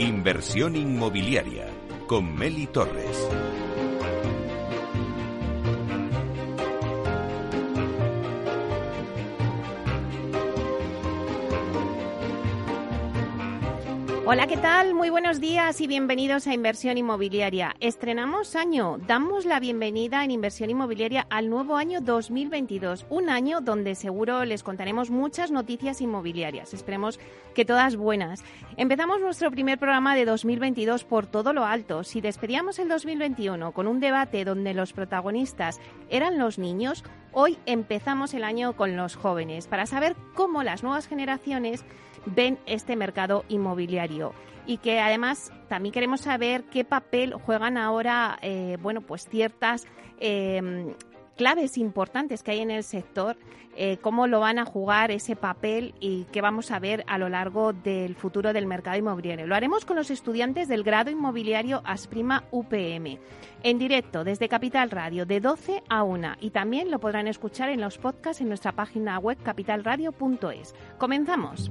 Inversión inmobiliaria con Meli Torres. Hola, ¿qué tal? Muy buenos días y bienvenidos a Inversión Inmobiliaria. Estrenamos año, damos la bienvenida en Inversión Inmobiliaria al nuevo año 2022, un año donde seguro les contaremos muchas noticias inmobiliarias, esperemos que todas buenas. Empezamos nuestro primer programa de 2022 por todo lo alto. Si despedíamos el 2021 con un debate donde los protagonistas eran los niños, hoy empezamos el año con los jóvenes para saber cómo las nuevas generaciones ven este mercado inmobiliario y que además también queremos saber qué papel juegan ahora pues ciertas claves importantes que hay en el sector, cómo lo van a jugar ese papel y qué vamos a ver a lo largo del futuro del mercado inmobiliario. Lo haremos con los estudiantes del grado inmobiliario Asprima UPM, en directo desde Capital Radio de 12 a 1 y también lo podrán escuchar en los podcasts en nuestra página web capitalradio.es. Comenzamos.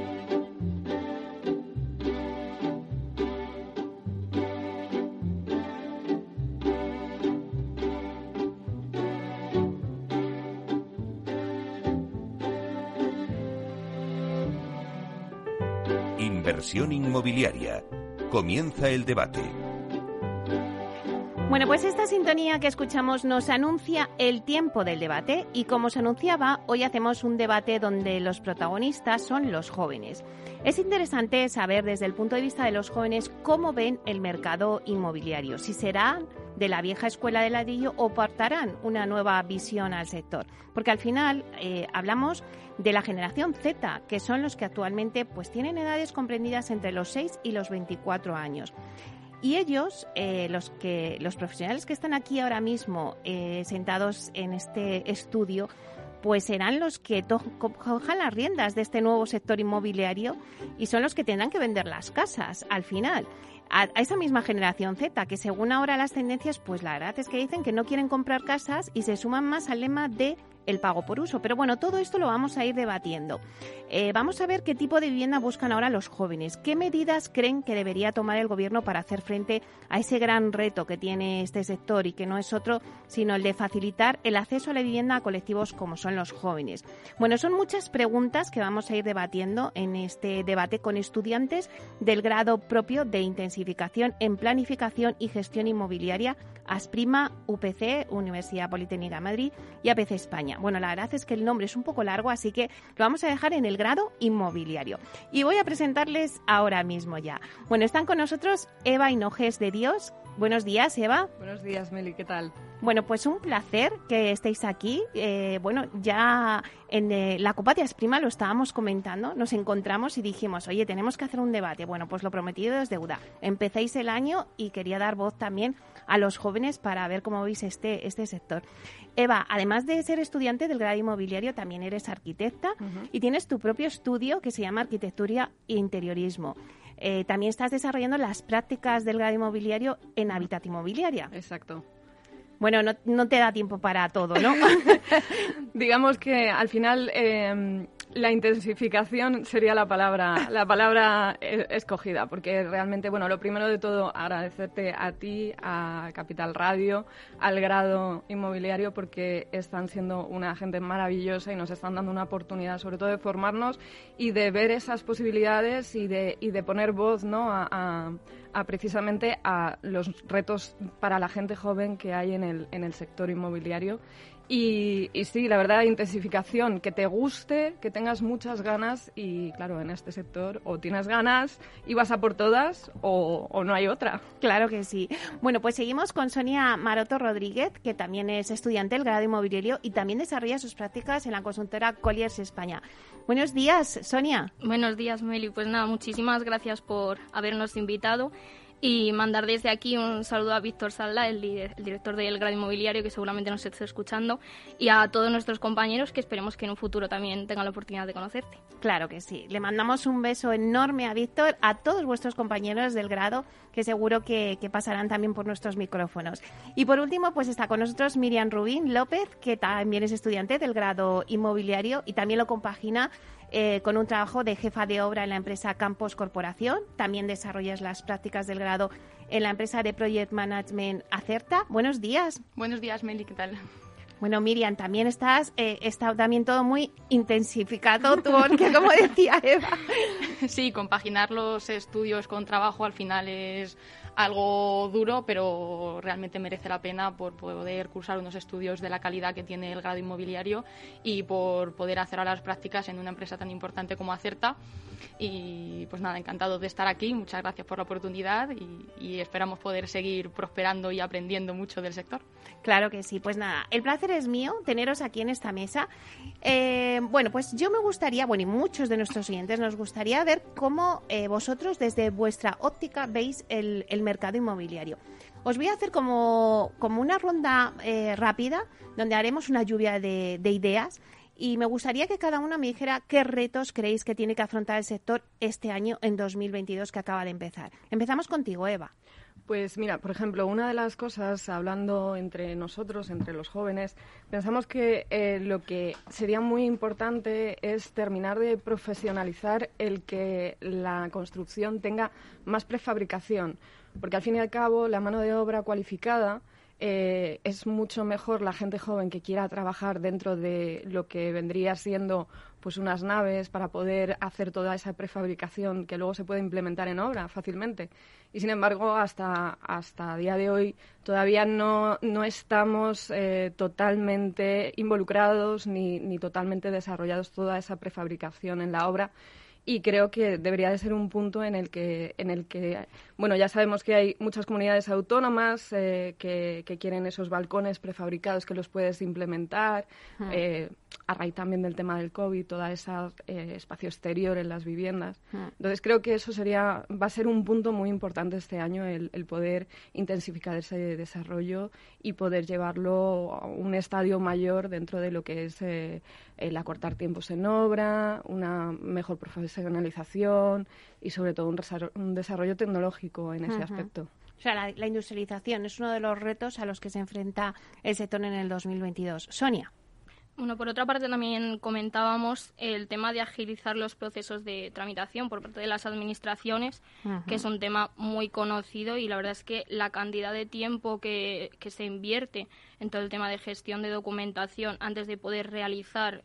Inversión inmobiliaria. Comienza el debate. Bueno, pues esta sintonía que escuchamos nos anuncia el tiempo del debate y como se anunciaba, hoy hacemos un debate donde los protagonistas son los jóvenes. Es interesante saber desde el punto de vista de los jóvenes cómo ven el mercado inmobiliario, si serán de la vieja escuela de ladrillo o aportarán una nueva visión al sector. Porque al final hablamos de la generación Z, que son los que actualmente pues tienen edades comprendidas entre los 6 y los 24 años. Y ellos, los profesionales que están aquí ahora mismo sentados en este estudio, pues serán los que cojan las riendas de este nuevo sector inmobiliario y son los que tendrán que vender las casas al final. A esa misma generación Z, que según ahora las tendencias, pues la verdad es que dicen que no quieren comprar casas y se suman más al lema de el pago por uso. Pero bueno, todo esto lo vamos a ir debatiendo. Vamos a ver qué tipo de vivienda buscan ahora los jóvenes. ¿Qué medidas creen que debería tomar el gobierno para hacer frente a ese gran reto que tiene este sector y que no es otro sino el de facilitar el acceso a la vivienda a colectivos como son los jóvenes? Bueno, son muchas preguntas que vamos a ir debatiendo en este debate con estudiantes del grado propio de intensificación en planificación y gestión inmobiliaria Asprima UPC, Universidad Politécnica de Madrid y APC España. Bueno, la verdad es que el nombre es un poco largo, así que lo vamos a dejar en el grado inmobiliario. Y voy a presentarles ahora mismo ya. Bueno, están con nosotros Eva Hinojes de Dios. Buenos días, Eva. Buenos días, Meli, ¿qué tal? Bueno, pues un placer que estéis aquí. Ya en la Copa de Asprima lo estábamos comentando, nos encontramos y dijimos, oye, tenemos que hacer un debate. Bueno, pues lo prometido es deuda. Empecéis el año y quería dar voz también a los jóvenes para ver cómo veis este sector. Eva, además de ser estudiante del grado inmobiliario, también eres arquitecta y tienes tu propio estudio que se llama Arquitectura e Interiorismo. También estás desarrollando las prácticas del grado inmobiliario en Hábitat Inmobiliaria. Exacto. Bueno, no te da tiempo para todo, ¿no? Digamos que al final la intensificación sería la palabra escogida, porque realmente, bueno, lo primero de todo, agradecerte a ti, a Capital Radio, al grado inmobiliario, porque están siendo una gente maravillosa y nos están dando una oportunidad, sobre todo de formarnos y de ver esas posibilidades y de poner voz, ¿no?, a precisamente a los retos para la gente joven que hay en el sector inmobiliario. Y sí, la verdad, intensificación, que te guste, que tengas muchas ganas y, claro, en este sector o tienes ganas y vas a por todas o no hay otra. Claro que sí. Bueno, pues seguimos con Sonia Maroto Rodríguez, que también es estudiante del grado inmobiliario y también desarrolla sus prácticas en la consultora Colliers España. Buenos días, Sonia. Buenos días, Meli. Pues nada, muchísimas gracias por habernos invitado. Y mandar desde aquí un saludo a Víctor Salda, el director del grado inmobiliario, que seguramente nos esté escuchando, y a todos nuestros compañeros que esperemos que en un futuro también tengan la oportunidad de conocerte. Claro que sí. Le mandamos un beso enorme a Víctor, a todos vuestros compañeros del grado, que seguro que pasarán también por nuestros micrófonos. Y por último, pues está con nosotros Miriam Rubín López, que también es estudiante del grado inmobiliario y también lo compagina con un trabajo de jefa de obra en la empresa Campos Corporación. También desarrollas las prácticas del grado en la empresa de Project Management Acerta. Buenos días. Buenos días, Meli, ¿qué tal? Bueno, Miriam, también está también todo muy intensificado, porque como decía Eva. Sí, compaginar los estudios con trabajo al final es algo duro, pero realmente merece la pena por poder cursar unos estudios de la calidad que tiene el grado inmobiliario y por poder hacer ahora las prácticas en una empresa tan importante como Acerta. Y pues nada, encantado de estar aquí, muchas gracias por la oportunidad y esperamos poder seguir prosperando y aprendiendo mucho del sector. Claro que sí, pues nada, el placer es mío teneros aquí en esta mesa. Bueno, pues yo me gustaría, y muchos de nuestros oyentes nos gustaría ver cómo vosotros desde vuestra óptica veis el mercado inmobiliario. Os voy a hacer como una ronda rápida donde haremos una lluvia de ideas. Y me gustaría que cada una me dijera qué retos creéis que tiene que afrontar el sector este año, en 2022, que acaba de empezar. Empezamos contigo, Eva. Pues mira, por ejemplo, una de las cosas, hablando entre nosotros, entre los jóvenes, pensamos que lo que sería muy importante es terminar de profesionalizar el que la construcción tenga más prefabricación, porque al fin y al cabo la mano de obra cualificada es mucho mejor la gente joven que quiera trabajar dentro de lo que vendría siendo pues unas naves para poder hacer toda esa prefabricación que luego se puede implementar en obra fácilmente. Y sin embargo, hasta día de hoy todavía no estamos totalmente involucrados ni totalmente desarrollados toda esa prefabricación en la obra. Y creo que debería de ser un punto en el que bueno, ya sabemos que hay muchas comunidades autónomas que quieren esos balcones prefabricados que los puedes implementar, a raíz también del tema del COVID, toda ese espacio exterior en las viviendas. Entonces creo que eso va a ser un punto muy importante este año, el poder intensificar ese desarrollo y poder llevarlo a un estadio mayor dentro de lo que es el acortar tiempos en obra, una mejor profesionalización y sobre todo un desarrollo tecnológico en ese aspecto. O sea, la industrialización es uno de los retos a los que se enfrenta el sector en el 2022. Sonia. Bueno, por otra parte también comentábamos el tema de agilizar los procesos de tramitación por parte de las administraciones, que es un tema muy conocido y la verdad es que la cantidad de tiempo que se invierte en todo el tema de gestión de documentación antes de poder realizar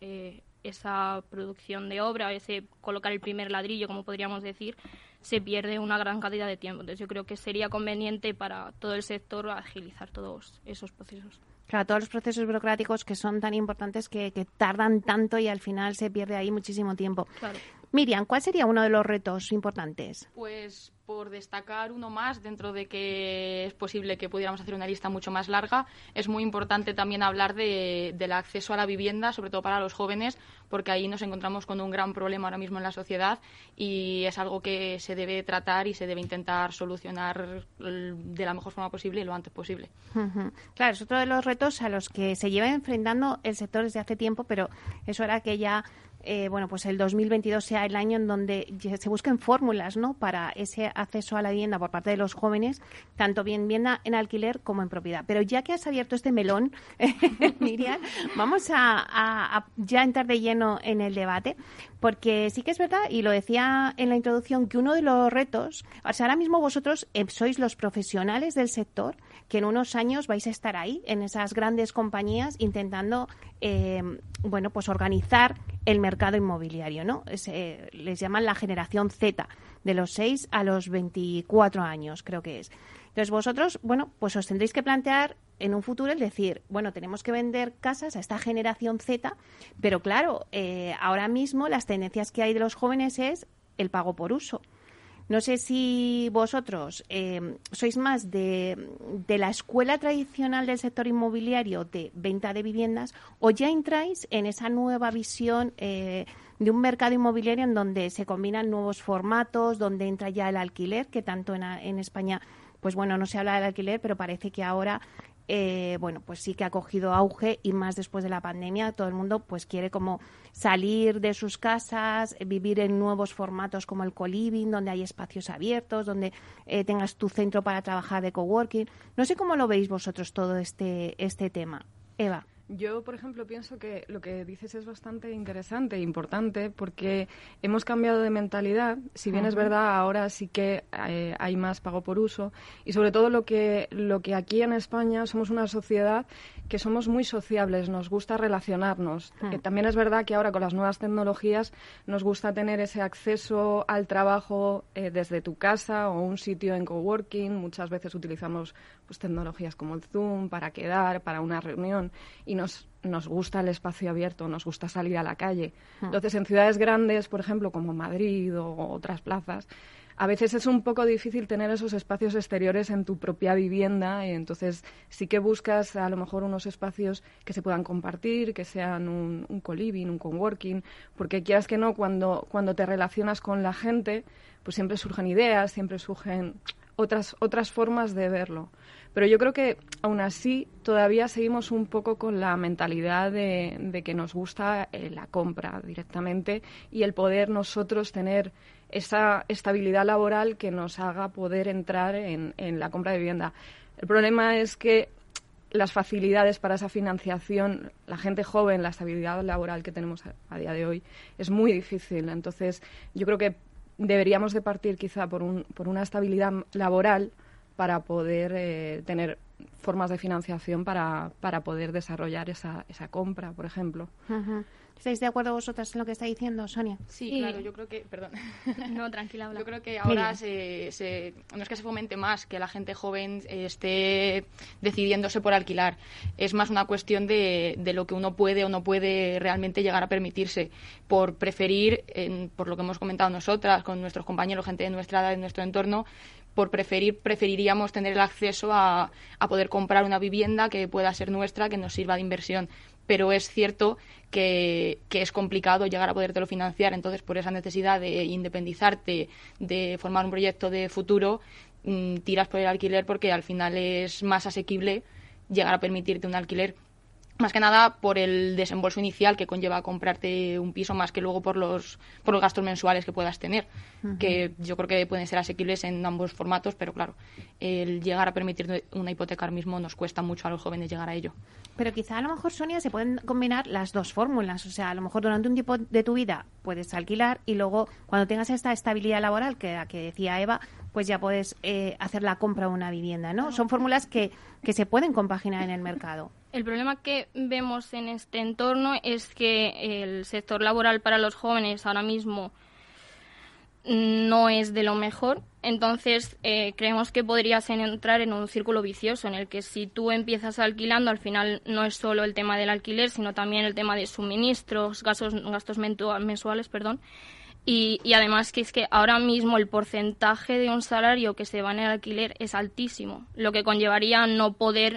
esa producción de obra, colocar el primer ladrillo, como podríamos decir, se pierde una gran cantidad de tiempo. Entonces yo creo que sería conveniente para todo el sector agilizar todos esos procesos. Claro, todos los procesos burocráticos que son tan importantes que tardan tanto y al final se pierde ahí muchísimo tiempo. Claro. Miriam, ¿cuál sería uno de los retos importantes? Pues por destacar uno más, dentro de que es posible que pudiéramos hacer una lista mucho más larga, es muy importante también hablar del acceso a la vivienda, sobre todo para los jóvenes, porque ahí nos encontramos con un gran problema ahora mismo en la sociedad y es algo que se debe tratar y se debe intentar solucionar de la mejor forma posible y lo antes posible. Claro, es otro de los retos a los que se lleva enfrentando el sector desde hace tiempo, pero es hora que ya pues el 2022 sea el año en donde se busquen fórmulas, ¿no?, para ese acceso a la vivienda por parte de los jóvenes, tanto bien vivienda en alquiler como en propiedad. Pero ya que has abierto este melón, Miriam, vamos a ya entrar de lleno en el debate, porque sí que es verdad, y lo decía en la introducción, que uno de los retos, o sea, ahora mismo vosotros sois los profesionales del sector, que en unos años vais a estar ahí, en esas grandes compañías, intentando, pues organizar el mercado inmobiliario, ¿no? Les llaman la generación Z, de los 6 a los 24 años, creo que es. Entonces vosotros, pues os tendréis que plantear en un futuro el decir, tenemos que vender casas a esta generación Z, pero claro, ahora mismo las tendencias que hay de los jóvenes es el pago por uso. No sé si vosotros sois más de la escuela tradicional del sector inmobiliario de venta de viviendas o ya entráis en esa nueva visión de un mercado inmobiliario en donde se combinan nuevos formatos, donde entra ya el alquiler, que tanto en España, pues no se habla del alquiler, pero parece que ahora pues sí que ha cogido auge y más después de la pandemia. Todo el mundo pues quiere como salir de sus casas, vivir en nuevos formatos como el co-living, donde hay espacios abiertos, donde tengas tu centro para trabajar de coworking. No sé cómo lo veis vosotros todo este tema. Eva. Yo, por ejemplo, pienso que lo que dices es bastante interesante e importante porque hemos cambiado de mentalidad. Si bien es verdad, ahora sí que hay más pago por uso y sobre todo lo que aquí en España somos una sociedad que somos muy sociables, nos gusta relacionarnos. También es verdad que ahora con las nuevas tecnologías nos gusta tener ese acceso al trabajo desde tu casa o un sitio en coworking. Muchas veces utilizamos pues tecnologías como el Zoom para quedar, para una reunión y nos gusta el espacio abierto, nos gusta salir a la calle. Entonces, en ciudades grandes, por ejemplo, como Madrid o otras plazas, a veces es un poco difícil tener esos espacios exteriores en tu propia vivienda y entonces sí que buscas a lo mejor unos espacios que se puedan compartir, que sean un co-living, un coworking, porque quieras que no, cuando te relacionas con la gente, pues siempre surgen ideas, siempre surgen otras formas de verlo. Pero yo creo que aún así todavía seguimos un poco con la mentalidad de que nos gusta la compra directamente y el poder nosotros tener esa estabilidad laboral que nos haga poder entrar en la compra de vivienda. El problema es que las facilidades para esa financiación, la gente joven, la estabilidad laboral que tenemos a día de hoy es muy difícil. Entonces, yo creo que deberíamos de partir quizá por una estabilidad laboral para poder tener formas de financiación para poder desarrollar esa compra, por ejemplo. ¿Estáis de acuerdo vosotras en lo que está diciendo Sonia? Sí, claro, yo creo que... Perdón. No, tranquila, habla. Yo creo que ahora no es que se fomente más que la gente joven esté decidiéndose por alquilar. Es más una cuestión de lo que uno puede o no puede realmente llegar a permitirse. Por preferir, por lo que hemos comentado nosotras, con nuestros compañeros, gente de nuestra edad, de nuestro entorno, preferiríamos tener el acceso a poder comprar una vivienda que pueda ser nuestra, que nos sirva de inversión. Pero es cierto que es complicado llegar a podértelo financiar. Entonces, por esa necesidad de independizarte, de formar un proyecto de futuro, tiras por el alquiler porque al final es más asequible llegar a permitirte un alquiler. Más que nada por el desembolso inicial que conlleva comprarte un piso, más que luego por los gastos mensuales que puedas tener, que yo creo que pueden ser asequibles en ambos formatos, pero claro, el llegar a permitir una hipoteca ahora mismo nos cuesta mucho a los jóvenes llegar a ello. Pero quizá a lo mejor, Sonia, se pueden combinar las dos fórmulas. O sea, a lo mejor durante un tiempo de tu vida puedes alquilar y luego cuando tengas esta estabilidad laboral que decía Eva, pues ya puedes hacer la compra de una vivienda, ¿no? Son fórmulas que se pueden compaginar en el mercado. El problema que vemos en este entorno es que el sector laboral para los jóvenes ahora mismo no es de lo mejor. Entonces, creemos que podrías entrar en un círculo vicioso en el que si tú empiezas alquilando, al final no es solo el tema del alquiler, sino también el tema de suministros, gastos mensuales, y además que es que ahora mismo el porcentaje de un salario que se va en el alquiler es altísimo, lo que conllevaría no poder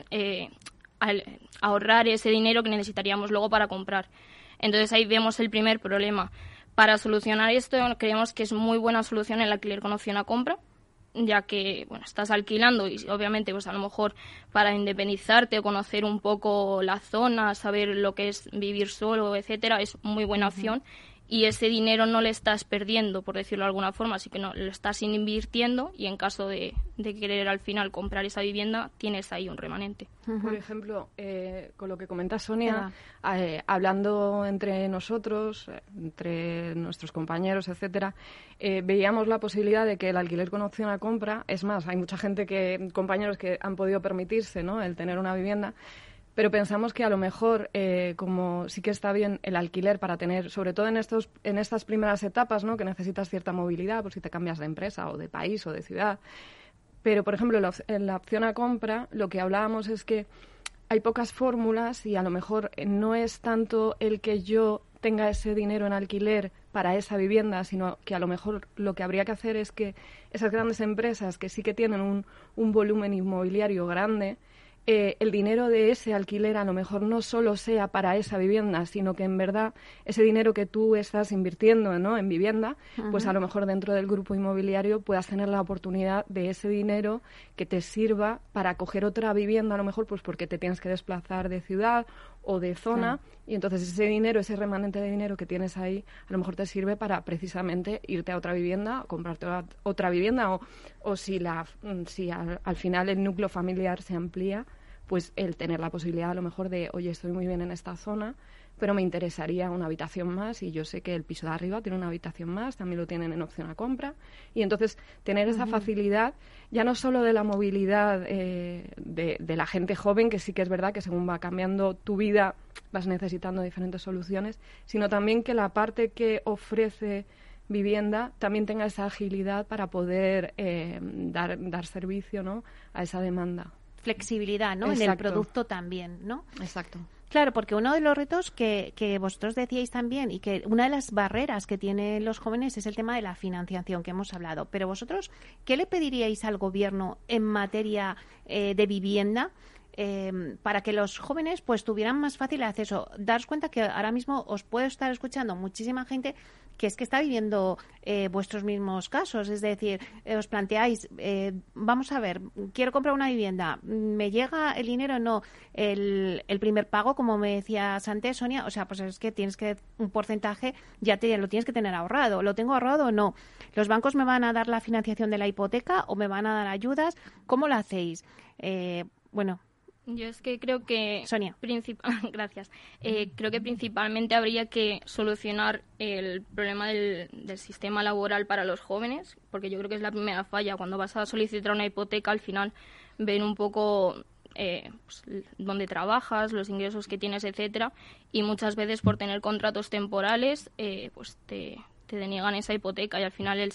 ahorrar ese dinero que necesitaríamos luego para comprar. Entonces ahí vemos el primer problema. Para solucionar esto, creemos que es muy buena solución el alquiler con opción a compra, ya que estás alquilando y obviamente pues a lo mejor para independizarte o conocer un poco la zona, saber lo que es vivir solo, etcétera, es muy buena opción. Y ese dinero no le estás perdiendo, por decirlo de alguna forma, así que no lo estás invirtiendo y en caso de querer al final comprar esa vivienda, tienes ahí un remanente. Por ejemplo, con lo que comenta Sonia, hablando entre nosotros, entre nuestros compañeros, etcétera, veíamos la posibilidad de que el alquiler con opción a compra, es más, hay mucha gente compañeros que han podido permitirse, ¿no?, el tener una vivienda. Pero pensamos que a lo mejor, como sí que está bien el alquiler para tener, sobre todo en estas primeras etapas, ¿no?, que necesitas cierta movilidad, por si te cambias de empresa o de país o de ciudad. Pero, por ejemplo, en la opción a compra, lo que hablábamos es que hay pocas fórmulas y a lo mejor no es tanto el que yo tenga ese dinero en alquiler para esa vivienda, sino que a lo mejor lo que habría que hacer es que esas grandes empresas que sí que tienen un volumen inmobiliario grande, el dinero de ese alquiler a lo mejor no solo sea para esa vivienda, sino que en verdad ese dinero que tú estás invirtiendo, ¿no?, en vivienda, pues a lo mejor dentro del grupo inmobiliario puedas tener la oportunidad de ese dinero que te sirva para coger otra vivienda, a lo mejor pues porque te tienes que desplazar de ciudad o de zona, y entonces ese dinero, ese remanente de dinero que tienes ahí, a lo mejor te sirve para precisamente irte a otra vivienda, comprarte otra vivienda, o si al final el núcleo familiar se amplía, pues el tener la posibilidad a lo mejor de, oye, estoy muy bien en esta zona, pero me interesaría una habitación más y yo sé que el piso de arriba tiene una habitación más, también lo tienen en opción a compra. Y entonces tener esa facilidad, ya no solo de la movilidad de la gente joven, que sí que es verdad que según va cambiando tu vida vas necesitando diferentes soluciones, sino también que la parte que ofrece vivienda también tenga esa agilidad para poder dar servicio, ¿no?, a esa demanda. Flexibilidad, ¿no?, Exacto. en el producto también, ¿no? Exacto. Claro, porque uno de los retos que vosotros decíais también, y que una de las barreras que tienen los jóvenes es el tema de la financiación, que hemos hablado. Pero vosotros, ¿qué le pediríais al Gobierno en materia de vivienda para que los jóvenes pues tuvieran más fácil acceso? Daros cuenta que ahora mismo os puede estar escuchando muchísima gente que es que está viviendo vuestros mismos casos. Es decir, os planteáis, vamos a ver, quiero comprar una vivienda, ¿me llega el dinero? No. El primer pago, como me decías antes, Sonia, o sea, pues es que tienes que, un porcentaje ya lo tienes que tener ahorrado. ¿Lo tengo ahorrado o no? ¿Los bancos me van a dar la financiación de la hipoteca o me van a dar ayudas? ¿Cómo lo hacéis? Bueno... Yo es que creo que... Sonia. Gracias. Creo que principalmente habría que solucionar el problema del sistema laboral para los jóvenes, porque yo creo que es la primera falla. Cuando vas a solicitar una hipoteca, al final ven un poco pues, dónde trabajas, los ingresos que tienes, etcétera, y muchas veces por tener contratos temporales pues te deniegan esa hipoteca y al final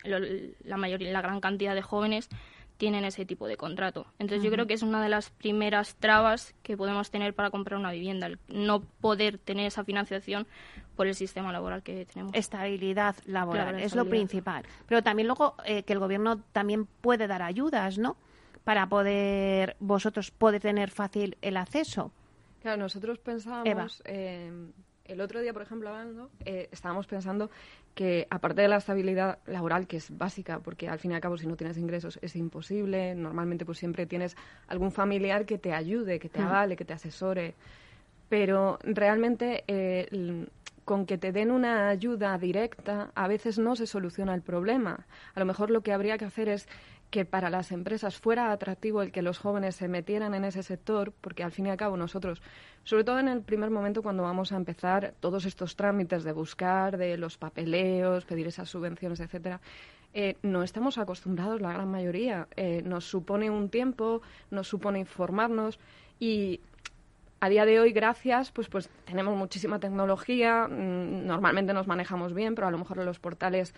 la gran cantidad de jóvenes tienen ese tipo de contrato. Entonces yo creo que es una de las primeras trabas que podemos tener para comprar una vivienda, el no poder tener esa financiación por el sistema laboral que tenemos. Estabilidad laboral, Claro, es lo principal. Pero también luego que el Gobierno también puede dar ayudas, ¿no?, para poder vosotros poder tener fácil el acceso. Claro, nosotros pensábamos, el otro día, por ejemplo, hablando, estábamos pensando que aparte de la estabilidad laboral, que es básica, porque al fin y al cabo si no tienes ingresos es imposible, normalmente pues siempre tienes algún familiar que te ayude, que te avale, que te asesore, pero realmente con que te den una ayuda directa a veces no se soluciona el problema. A lo mejor lo que habría que hacer es que para las empresas fuera atractivo el que los jóvenes se metieran en ese sector, porque al fin y al cabo nosotros, sobre todo en el primer momento cuando vamos a empezar todos estos trámites de buscar, de los papeleos, pedir esas subvenciones, etcétera, no estamos acostumbrados la gran mayoría. Nos supone un tiempo, nos supone informarnos y a día de hoy, gracias, pues tenemos muchísima tecnología, normalmente nos manejamos bien, pero a lo mejor los portales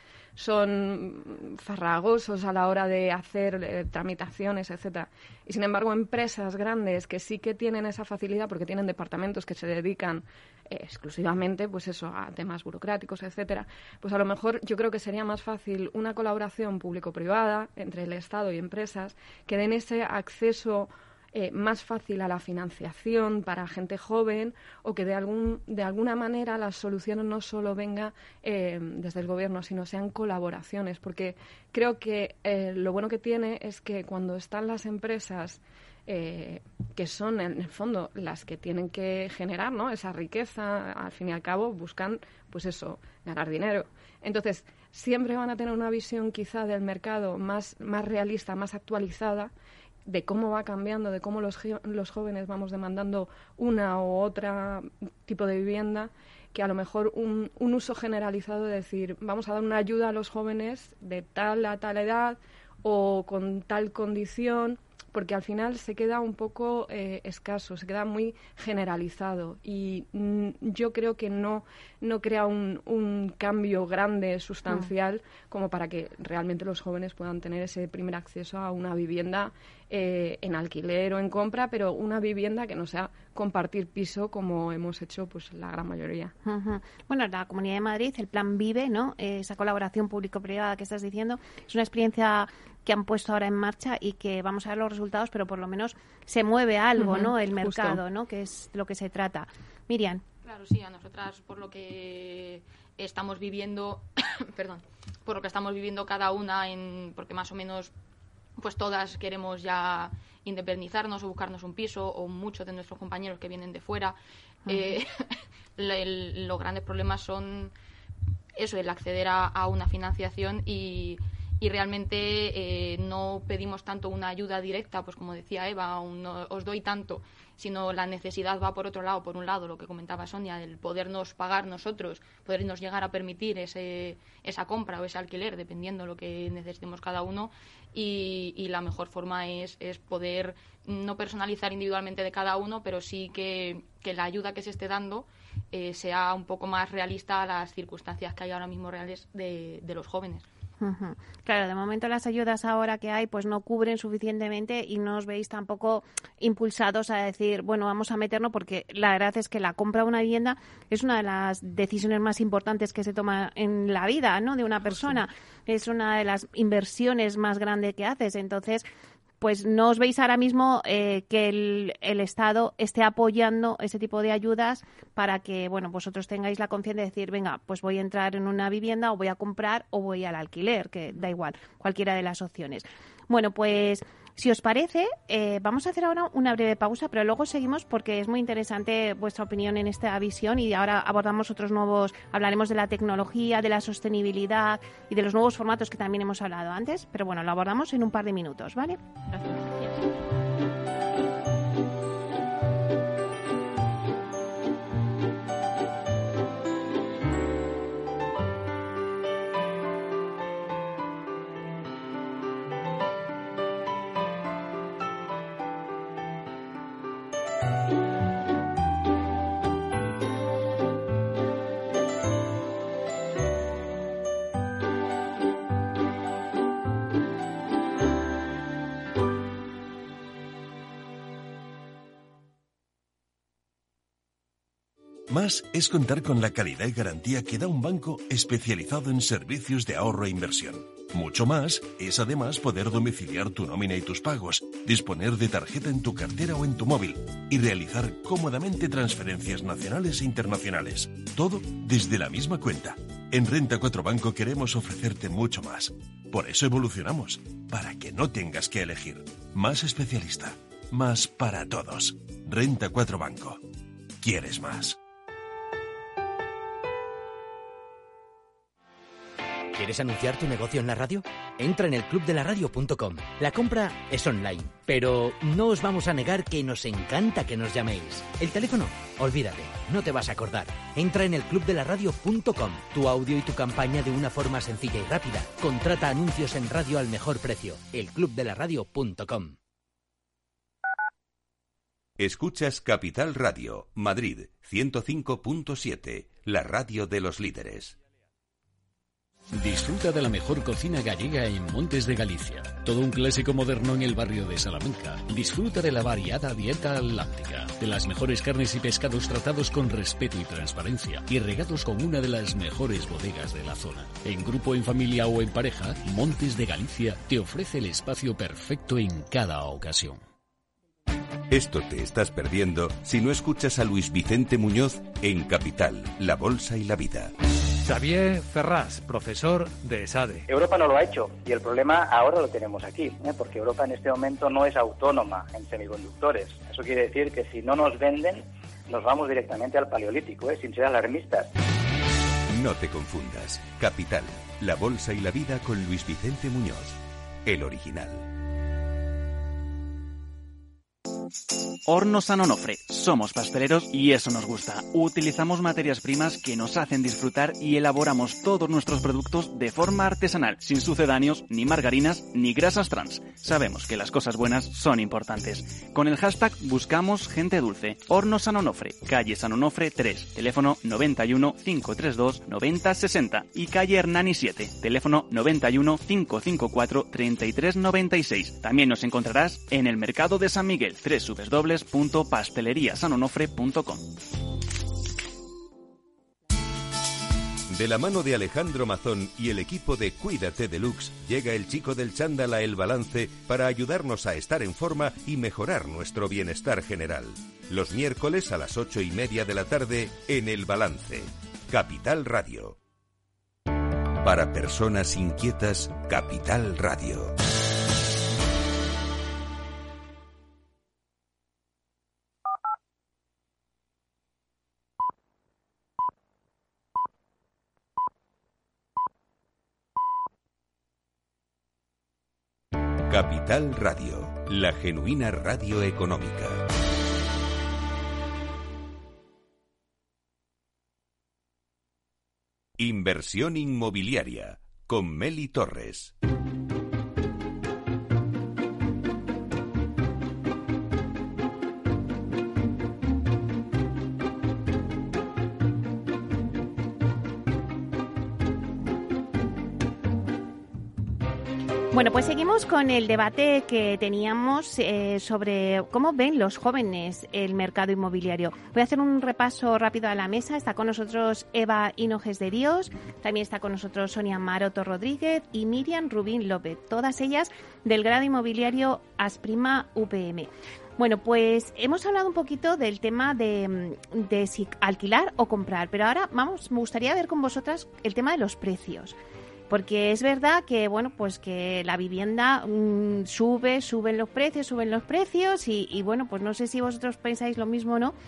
son farragosos a la hora de hacer tramitaciones, etcétera. Y sin embargo, empresas grandes que sí que tienen esa facilidad porque tienen departamentos que se dedican exclusivamente pues eso, a temas burocráticos, etcétera, pues a lo mejor yo creo que sería más fácil una colaboración público-privada entre el Estado y empresas que den ese acceso más fácil a la financiación para gente joven o que de alguna manera las soluciones no solo vengan desde el Gobierno, sino sean colaboraciones, porque creo que lo bueno que tiene es que cuando están las empresas que son en el fondo las que tienen que generar, ¿no?, esa riqueza, al fin y al cabo buscan pues eso, ganar dinero. Entonces siempre van a tener una visión quizá del mercado más realista, más actualizada, de cómo va cambiando, de cómo los jóvenes vamos demandando una u otra tipo de vivienda, que a lo mejor un uso generalizado de decir, vamos a dar una ayuda a los jóvenes de tal a tal edad o con tal condición, porque al final se queda un poco escaso, se queda muy generalizado y yo creo que no crea un cambio grande, sustancial, como para que realmente los jóvenes puedan tener ese primer acceso a una vivienda en alquiler o en compra, pero una vivienda que no sea compartir piso como hemos hecho pues la gran mayoría. Bueno, la Comunidad de Madrid, el Plan Vive, ¿no?, esa colaboración público-privada que estás diciendo, es una experiencia que han puesto ahora en marcha y que vamos a ver los resultados, pero por lo menos se mueve algo, ¿no?, el mercado, justo, ¿no?, que es de lo que se trata. Miriam. Claro, sí, a nosotras por lo que estamos viviendo, perdón, por lo que estamos viviendo cada una, porque más o menos pues todas queremos ya independizarnos o buscarnos un piso, o muchos de nuestros compañeros que vienen de fuera. Los grandes problemas son eso, el acceder a una financiación y y realmente no pedimos tanto una ayuda directa, pues como decía Eva, no os doy tanto, sino la necesidad va por otro lado. Por un lado, lo que comentaba Sonia, el podernos pagar nosotros, podernos llegar a permitir esa compra o ese alquiler, dependiendo de lo que necesitemos cada uno, y la mejor forma es poder no personalizar individualmente de cada uno, pero sí que la ayuda que se esté dando sea un poco más realista a las circunstancias que hay ahora mismo reales de los jóvenes. Uh-huh. Claro, de momento las ayudas ahora que hay pues no cubren suficientemente y no os veis tampoco impulsados a decir, bueno, vamos a meternos, porque la verdad es que la compra de una vivienda es una de las decisiones más importantes que se toma en la vida, ¿no?, de una persona. Es una de las inversiones más grandes que haces. Entonces, pues no os veis ahora mismo que el Estado esté apoyando ese tipo de ayudas para que, bueno, vosotros tengáis la confianza de decir, venga, pues voy a entrar en una vivienda o voy a comprar o voy al alquiler, que da igual, cualquiera de las opciones. Bueno, pues si os parece, vamos a hacer ahora una breve pausa, pero luego seguimos porque es muy interesante vuestra opinión en esta visión y ahora abordamos hablaremos de la tecnología, de la sostenibilidad y de los nuevos formatos que también hemos hablado antes, pero bueno, lo abordamos en un par de minutos, ¿vale? Más es contar con la calidad y garantía que da un banco especializado en servicios de ahorro e inversión. Mucho más es además poder domiciliar tu nómina y tus pagos, disponer de tarjeta en tu cartera o en tu móvil y realizar cómodamente transferencias nacionales e internacionales. Todo desde la misma cuenta. En Renta 4 Banco queremos ofrecerte mucho más. Por eso evolucionamos, para que no tengas que elegir. Más especialista, más para todos. Renta 4 Banco. ¿Quieres más? ¿Quieres anunciar tu negocio en la radio? Entra en elclubdelaradio.com. La compra es online, pero no os vamos a negar que nos encanta que nos llaméis. El teléfono, olvídate, no te vas a acordar. Entra en elclubdelaradio.com. Tu audio y tu campaña de una forma sencilla y rápida. Contrata anuncios en radio al mejor precio. elclubdelaradio.com. Escuchas Capital Radio, Madrid 105.7, la radio de los líderes. Disfruta de la mejor cocina gallega en Montes de Galicia. Todo un clásico moderno en el barrio de Salamanca. Disfruta de la variada dieta atlántica, de las mejores carnes y pescados tratados con respeto y transparencia y regados con una de las mejores bodegas de la zona. En grupo, en familia o en pareja, Montes de Galicia te ofrece el espacio perfecto en cada ocasión. Esto te estás perdiendo si no escuchas a Luis Vicente Muñoz en Capital, La Bolsa y la Vida. Xavier Ferrás, profesor de ESADE. Europa no lo ha hecho y el problema ahora lo tenemos aquí, porque Europa en este momento no es autónoma en semiconductores. Eso quiere decir que si no nos venden, nos vamos directamente al paleolítico, sin ser alarmistas. No te confundas. Capital, La Bolsa y la Vida con Luis Vicente Muñoz, el original. Hornos San Onofre. Somos pasteleros y eso nos gusta. Utilizamos materias primas que nos hacen disfrutar y elaboramos todos nuestros productos de forma artesanal, sin sucedáneos, ni margarinas, ni grasas trans. Sabemos que las cosas buenas son importantes. Con el hashtag buscamos gente dulce. Hornos San Onofre, calle San Onofre 3, teléfono 91 532 9060 y calle Hernani 7, teléfono 91 554 3396. También nos encontrarás en el mercado de San Miguel, www.pasteleriasanonofre.com. De la mano de Alejandro Mazón y el equipo de Cuídate Deluxe, llega el chico del chándal a El Balance para ayudarnos a estar en forma y mejorar nuestro bienestar general. Los miércoles a las 8:30 de la tarde en El Balance. Capital Radio. Para personas inquietas, Capital Radio. Capital Radio, la genuina radio económica. Inversión inmobiliaria con Meli Torres. Bueno, pues seguimos con el debate que teníamos sobre cómo ven los jóvenes el mercado inmobiliario. Voy a hacer un repaso rápido a la mesa. Está con nosotros Eva Hinojes de Dios, también está con nosotros Sonia Maroto Rodríguez y Miriam Rubín López, todas ellas del grado inmobiliario Asprima UPM. Bueno, pues hemos hablado un poquito del tema de si alquilar o comprar, pero ahora me gustaría ver con vosotras el tema de los precios. Porque es verdad que, bueno, pues que la vivienda suben los precios y bueno, pues no sé si vosotros pensáis lo mismo o no,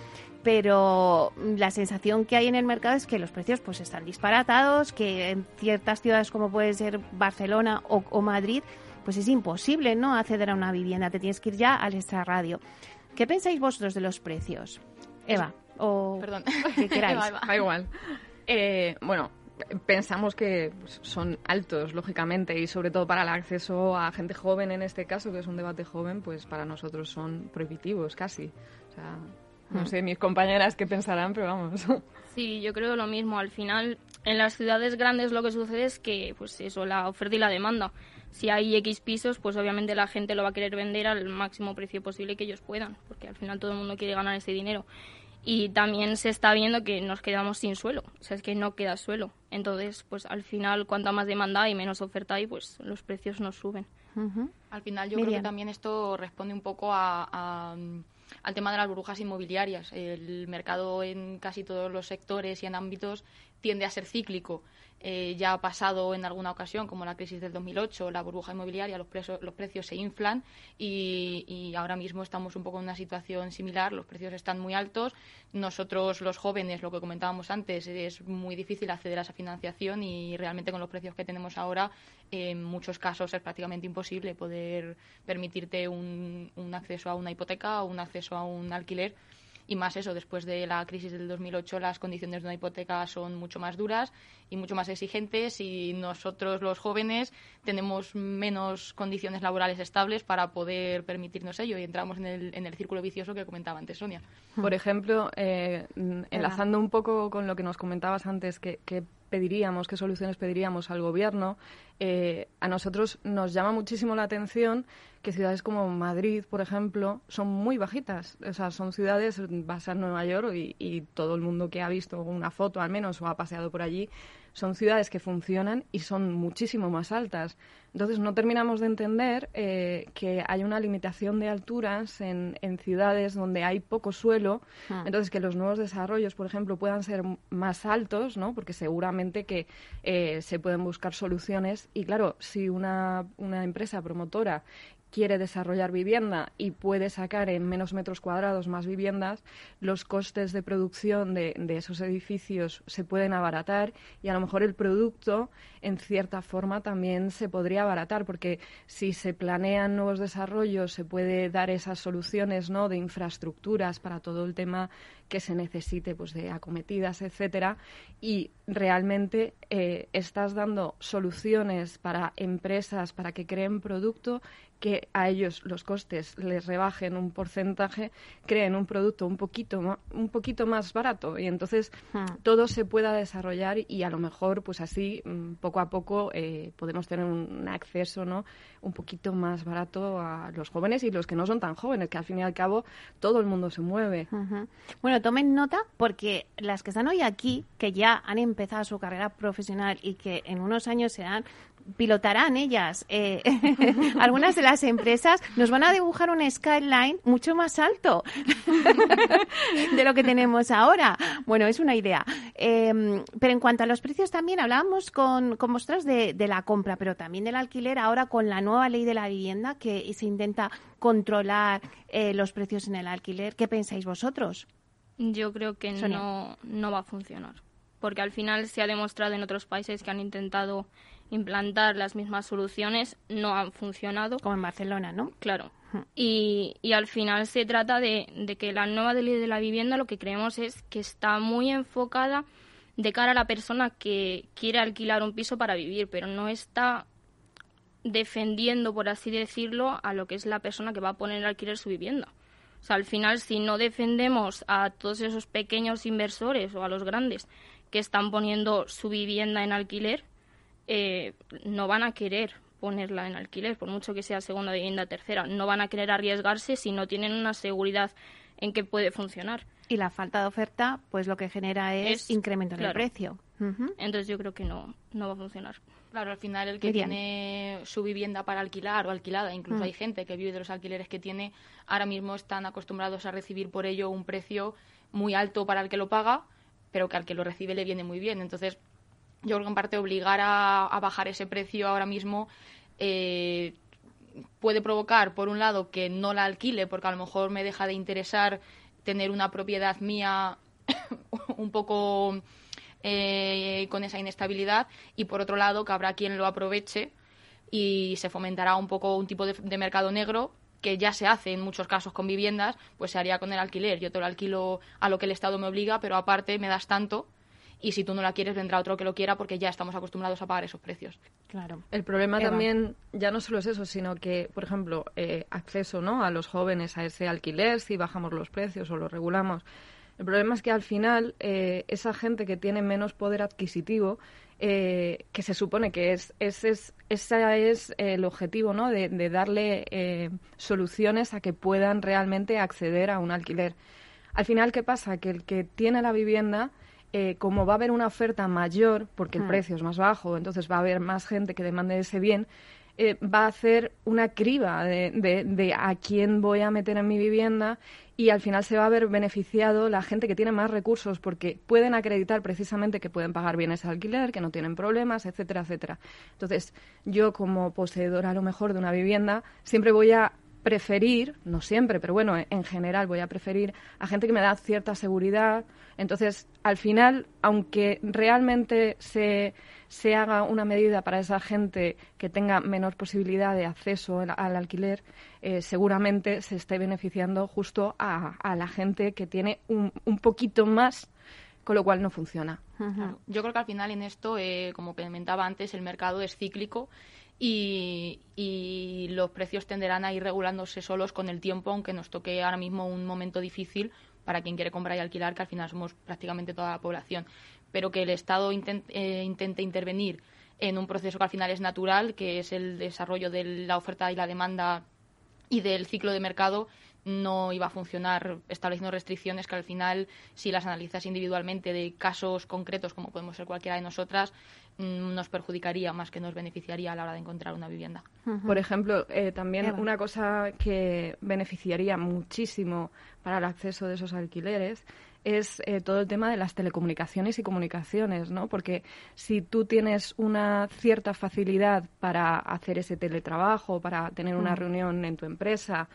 pero la sensación que hay en el mercado es que los precios pues están disparatados, que en ciertas ciudades como puede ser Barcelona o Madrid, pues es imposible, ¿no?, acceder a una vivienda, te tienes que ir ya al extrarradio. ¿Qué pensáis vosotros de los precios? Eva, o Perdón. que queráis. Eva. Da igual. Bueno, pensamos que son altos, lógicamente, y sobre todo para el acceso a gente joven, en este caso, que es un debate joven, pues para nosotros son prohibitivos casi. O sea, no sé mis compañeras qué pensarán, pero vamos. Sí, yo creo lo mismo. Al final, en las ciudades grandes lo que sucede es que, pues eso, la oferta y la demanda. Si hay X pisos, pues obviamente la gente lo va a querer vender al máximo precio posible que ellos puedan, porque al final todo el mundo quiere ganar ese dinero. Y también se está viendo que nos quedamos sin suelo, o sea, es que no queda suelo. Entonces, pues al final, cuanta más demanda hay, menos oferta hay, pues los precios nos suben. Al final yo Miriam. creo que también esto responde un poco al tema de las burbujas inmobiliarias. El mercado en casi todos los sectores y en ámbitos tiende a ser cíclico. Ya ha pasado en alguna ocasión, como la crisis del 2008, la burbuja inmobiliaria, los precios se inflan y ahora mismo estamos un poco en una situación similar. Los precios están muy altos. Nosotros, los jóvenes, lo que comentábamos antes, es muy difícil acceder a esa financiación y realmente con los precios que tenemos ahora, en muchos casos es prácticamente imposible poder permitirte un acceso a una hipoteca o un acceso a un alquiler. Y más eso, después de la crisis del 2008, las condiciones de una hipoteca son mucho más duras y mucho más exigentes y nosotros, los jóvenes, tenemos menos condiciones laborales estables para poder permitirnos ello y entramos en el círculo vicioso que comentaba antes Sonia. Por ejemplo, enlazando un poco con lo que nos comentabas antes, que pediríamos, qué soluciones pediríamos al gobierno, a nosotros nos llama muchísimo la atención que ciudades como Madrid, por ejemplo, son muy bajitas. O sea, son ciudades, vas a Nueva York y todo el mundo que ha visto una foto al menos o ha paseado por allí, son ciudades que funcionan y son muchísimo más altas. Entonces no terminamos de entender que hay una limitación de alturas en ciudades donde hay poco suelo, entonces que los nuevos desarrollos, por ejemplo, puedan ser más altos, ¿no? Porque seguramente que se pueden buscar soluciones y claro, si una empresa promotora quiere desarrollar vivienda y puede sacar en menos metros cuadrados más viviendas, los costes de producción de esos edificios se pueden abaratar y a lo mejor el producto en cierta forma también se podría abaratar, porque si se planean nuevos desarrollos se puede dar esas soluciones, ¿no?, de infraestructuras para todo el tema que se necesite, pues de acometidas, etcétera, y realmente estás dando soluciones para empresas para que creen producto que a ellos los costes les rebajen un porcentaje, creen un producto un poquito más barato y entonces todo se pueda desarrollar y a lo mejor pues así poco a poco podemos tener un acceso, ¿no?, un poquito más barato a los jóvenes y los que no son tan jóvenes, que al fin y al cabo todo el mundo se mueve. Bueno, tomen nota porque las que están hoy aquí, que ya han empezado su carrera profesional y que en unos años pilotarán ellas algunas de las empresas, nos van a dibujar un skyline mucho más alto de lo que tenemos ahora. Bueno, es una idea. Pero en cuanto a los precios también hablábamos con vosotras de la compra, pero también del alquiler ahora con la nueva ley de la vivienda que se intenta controlar los precios en el alquiler. ¿Qué pensáis vosotros? Yo creo que Sonia. no va a funcionar, porque al final se ha demostrado en otros países que han intentado implantar las mismas soluciones, no han funcionado. Como en Barcelona, ¿no? Claro. Y al final se trata de que la nueva ley de la vivienda lo que creemos es que está muy enfocada de cara a la persona que quiere alquilar un piso para vivir, pero no está defendiendo, por así decirlo, a lo que es la persona que va a poner en alquiler su vivienda. O sea, al final, si no defendemos a todos esos pequeños inversores o a los grandes que están poniendo su vivienda en alquiler, no van a querer ponerla en alquiler, por mucho que sea segunda vivienda, tercera. No van a querer arriesgarse si no tienen una seguridad en que puede funcionar. Y la falta de oferta, pues lo que genera es incremento en el precio. Entonces yo creo que no va a funcionar. Claro, al final el que tiene su vivienda para alquilar o alquilada, incluso hay gente que vive de los alquileres que tiene, ahora mismo están acostumbrados a recibir por ello un precio muy alto para el que lo paga, pero que al que lo recibe le viene muy bien. Entonces, yo creo que en parte obligar a bajar ese precio ahora mismo puede provocar, por un lado, que no la alquile, porque a lo mejor me deja de interesar tener una propiedad mía un poco con esa inestabilidad, y por otro lado que habrá quien lo aproveche y se fomentará un poco un tipo de mercado negro que ya se hace en muchos casos con viviendas, pues se haría con el alquiler. Yo te lo alquilo a lo que el Estado me obliga, pero aparte me das tanto, y si tú no la quieres vendrá otro que lo quiera, porque ya estamos acostumbrados a pagar esos precios. Claro. El problema también ya no solo es eso, sino que, por ejemplo, acceso, ¿no?, a los jóvenes a ese alquiler, si bajamos los precios o los regulamos. El problema es que al final esa gente que tiene menos poder adquisitivo, que se supone que ese es el objetivo, ¿no?, de darle soluciones a que puedan realmente acceder a un alquiler. Al final, ¿qué pasa? Que el que tiene la vivienda, como va a haber una oferta mayor, porque el precio es más bajo, entonces va a haber más gente que demande ese bien, va a hacer una criba de a quién voy a meter en mi vivienda, y al final se va a ver beneficiado la gente que tiene más recursos, porque pueden acreditar precisamente que pueden pagar bien ese alquiler, que no tienen problemas, etcétera, etcétera. Entonces, yo como poseedora a lo mejor de una vivienda, siempre voy a preferir, no siempre, pero bueno, en general voy a preferir a gente que me da cierta seguridad. Entonces, al final, aunque realmente se haga una medida para esa gente que tenga menor posibilidad de acceso al alquiler, seguramente se esté beneficiando justo a la gente que tiene un poquito más, con lo cual no funciona. Claro. Yo creo que al final en esto, como comentaba antes, el mercado es cíclico y los precios tenderán a ir regulándose solos con el tiempo, aunque nos toque ahora mismo un momento difícil para quien quiere comprar y alquilar, que al final somos prácticamente toda la población. Pero que el Estado intente intervenir en un proceso que al final es natural, que es el desarrollo de la oferta y la demanda y del ciclo de mercado, no iba a funcionar estableciendo restricciones que al final, si las analizas individualmente de casos concretos, como podemos ser cualquiera de nosotras, nos perjudicaría más que nos beneficiaría a la hora de encontrar una vivienda. Por ejemplo, también una cosa que beneficiaría muchísimo para el acceso de esos alquileres es todo el tema de las telecomunicaciones y comunicaciones, ¿no? Porque si tú tienes una cierta facilidad para hacer ese teletrabajo, para tener una reunión en tu empresa,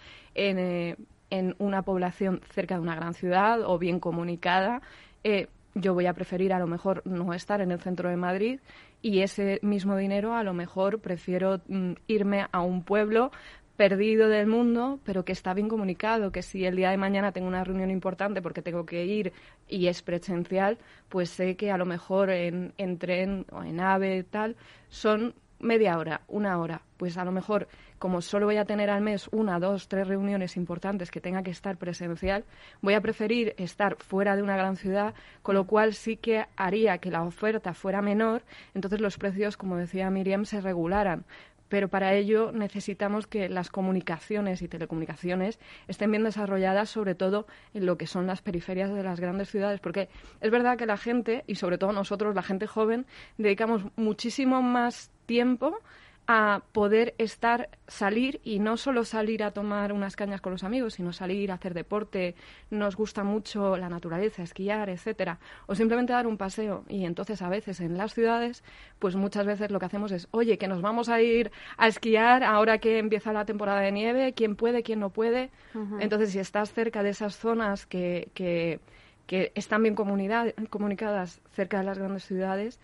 en una población cerca de una gran ciudad o bien comunicada, yo voy a preferir a lo mejor no estar en el centro de Madrid, y ese mismo dinero a lo mejor prefiero irme a un pueblo perdido del mundo, pero que está bien comunicado, que si el día de mañana tengo una reunión importante porque tengo que ir y es presencial, pues sé que a lo mejor en tren o en AVE tal son media hora, una hora. Pues a lo mejor, como solo voy a tener al mes 1, 2, 3 reuniones importantes que tenga que estar presencial, voy a preferir estar fuera de una gran ciudad, con lo cual sí que haría que la oferta fuera menor, entonces los precios, como decía Miriam, se regularan. Pero para ello necesitamos que las comunicaciones y telecomunicaciones estén bien desarrolladas, sobre todo en lo que son las periferias de las grandes ciudades, porque es verdad que la gente, y sobre todo nosotros, la gente joven, dedicamos muchísimo más tiempo a poder salir, y no solo salir a tomar unas cañas con los amigos, sino salir a hacer deporte. Nos gusta mucho la naturaleza, esquiar, etcétera, o simplemente dar un paseo. Y entonces a veces en las ciudades, pues muchas veces lo que hacemos es, oye, que nos vamos a ir a esquiar ahora que empieza la temporada de nieve, quién puede, quién no puede. Entonces, si estás cerca de esas zonas que están bien comunicadas cerca de las grandes ciudades,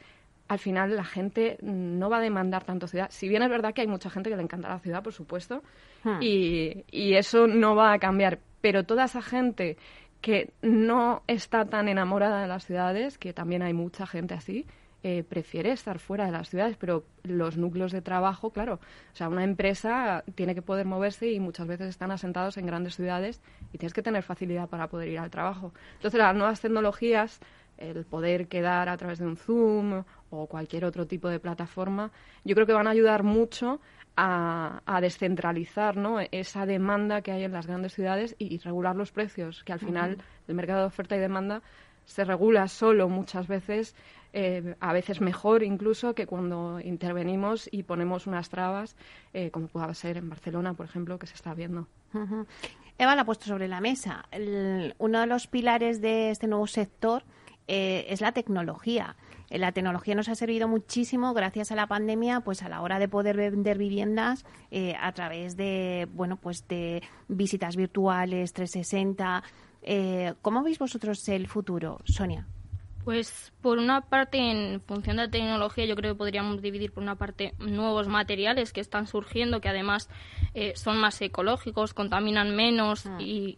al final la gente no va a demandar tanto ciudad. Si bien es verdad que hay mucha gente que le encanta la ciudad, por supuesto, y eso no va a cambiar, pero toda esa gente que no está tan enamorada de las ciudades, que también hay mucha gente así, prefiere estar fuera de las ciudades, pero los núcleos de trabajo, claro, o sea, una empresa tiene que poder moverse y muchas veces están asentados en grandes ciudades y tienes que tener facilidad para poder ir al trabajo. Entonces, las nuevas tecnologías, el poder quedar a través de un Zoom o cualquier otro tipo de plataforma, yo creo que van a ayudar mucho a descentralizar, ¿no?, esa demanda que hay en las grandes ciudades y regular los precios, que al final el mercado de oferta y demanda se regula solo muchas veces, a veces mejor incluso que cuando intervenimos y ponemos unas trabas, como pueda ser en Barcelona, por ejemplo, que se está viendo. Eva la ha puesto sobre la mesa. Uno de los pilares de este nuevo sector es la tecnología. La tecnología nos ha servido muchísimo gracias a la pandemia, pues a la hora de poder vender viviendas a través de, bueno, pues de visitas virtuales 360. ¿Cómo veis vosotros el futuro, Sonia? Pues por una parte, en función de la tecnología, yo creo que podríamos dividir por una parte nuevos materiales que están surgiendo, que además son más ecológicos, contaminan menos y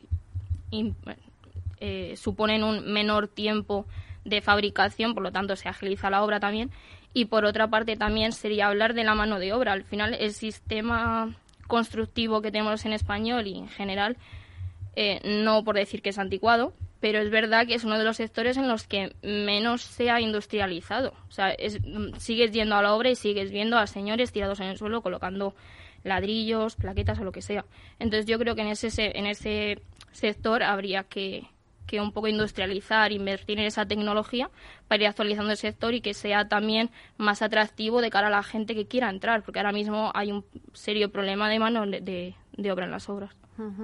suponen un menor tiempo de fabricación, por lo tanto se agiliza la obra también. Y por otra parte también sería hablar de la mano de obra. Al final el sistema constructivo que tenemos en español y en general, no por decir que es anticuado, pero es verdad que es uno de los sectores en los que menos se ha industrializado. O sea, sigues yendo a la obra y sigues viendo a señores tirados en el suelo colocando ladrillos, plaquetas o lo que sea. Entonces yo creo que en ese sector habría que un poco industrializar, invertir en esa tecnología para ir actualizando el sector y que sea también más atractivo de cara a la gente que quiera entrar, porque ahora mismo hay un serio problema de mano de obra en las obras.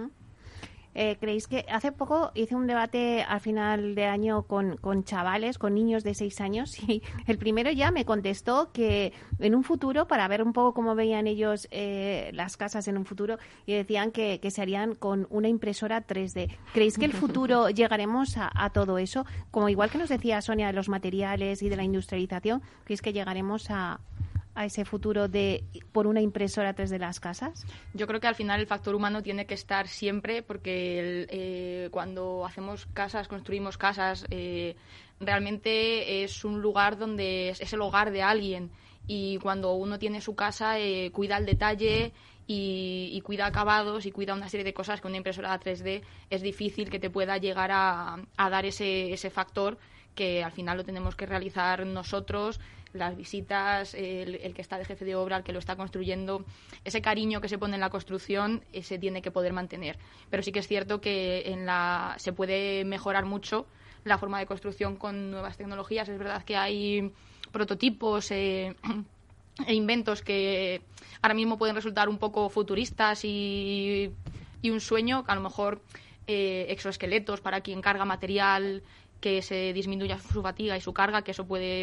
¿Creéis que hace poco hice un debate al final de año con chavales, con niños de 6 años, y el primero ya me contestó que en un futuro, para ver un poco cómo veían ellos las casas en un futuro, y decían que se harían con una impresora 3D. ¿Creéis que el futuro llegaremos a todo eso? Como igual que nos decía Sonia de los materiales y de la industrialización, ¿creéis que llegaremos a ese futuro de por una impresora 3D las casas? Yo creo que al final el factor humano tiene que estar siempre, porque cuando hacemos casas, construimos casas, realmente es un lugar donde es el hogar de alguien, y cuando uno tiene su casa cuida el detalle y cuida acabados y cuida una serie de cosas que una impresora 3D es difícil que te pueda llegar a dar ese factor, que al final lo tenemos que realizar nosotros, las visitas, el que está de jefe de obra, el que lo está construyendo. Ese cariño que se pone en la construcción se tiene que poder mantener. Pero sí que es cierto que se puede mejorar mucho la forma de construcción con nuevas tecnologías. Es verdad que hay prototipos e inventos que ahora mismo pueden resultar un poco futuristas y un sueño, que a lo mejor exoesqueletos para quien carga material, que se disminuya su fatiga y su carga, que eso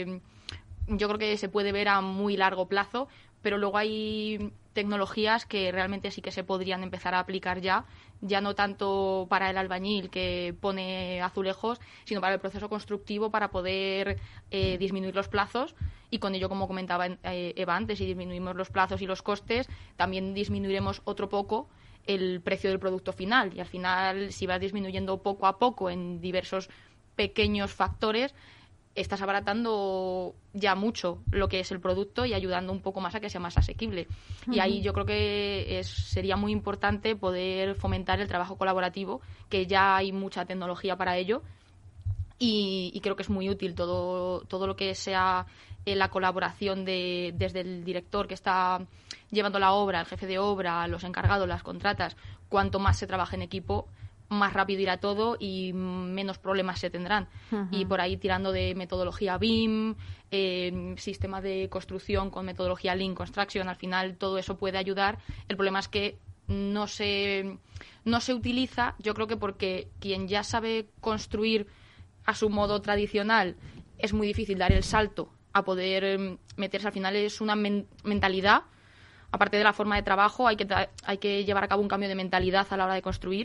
yo creo que se puede ver a muy largo plazo, pero luego hay tecnologías que realmente sí que se podrían empezar a aplicar ya no tanto para el albañil que pone azulejos, sino para el proceso constructivo, para poder disminuir los plazos, y con ello, como comentaba Eva antes, si disminuimos los plazos y los costes, también disminuiremos otro poco el precio del producto final, y al final, si vas disminuyendo poco a poco en diversos pequeños factores, estás abaratando ya mucho lo que es el producto y ayudando un poco más a que sea más asequible. Y ahí yo creo que sería muy importante poder fomentar el trabajo colaborativo, que ya hay mucha tecnología para ello, y creo que es muy útil todo lo que sea la colaboración desde el director que está llevando la obra, el jefe de obra, los encargados, las contratas. Cuanto más se trabaje en equipo, más rápido irá todo y menos problemas se tendrán. Y por ahí, tirando de metodología BIM, sistema de construcción con metodología Lean Construction, al final todo eso puede ayudar. El problema es que no se utiliza, yo creo que porque quien ya sabe construir a su modo tradicional, es muy difícil dar el salto a poder meterse. Al final es una mentalidad, aparte de la forma de trabajo, hay que llevar a cabo un cambio de mentalidad a la hora de construir,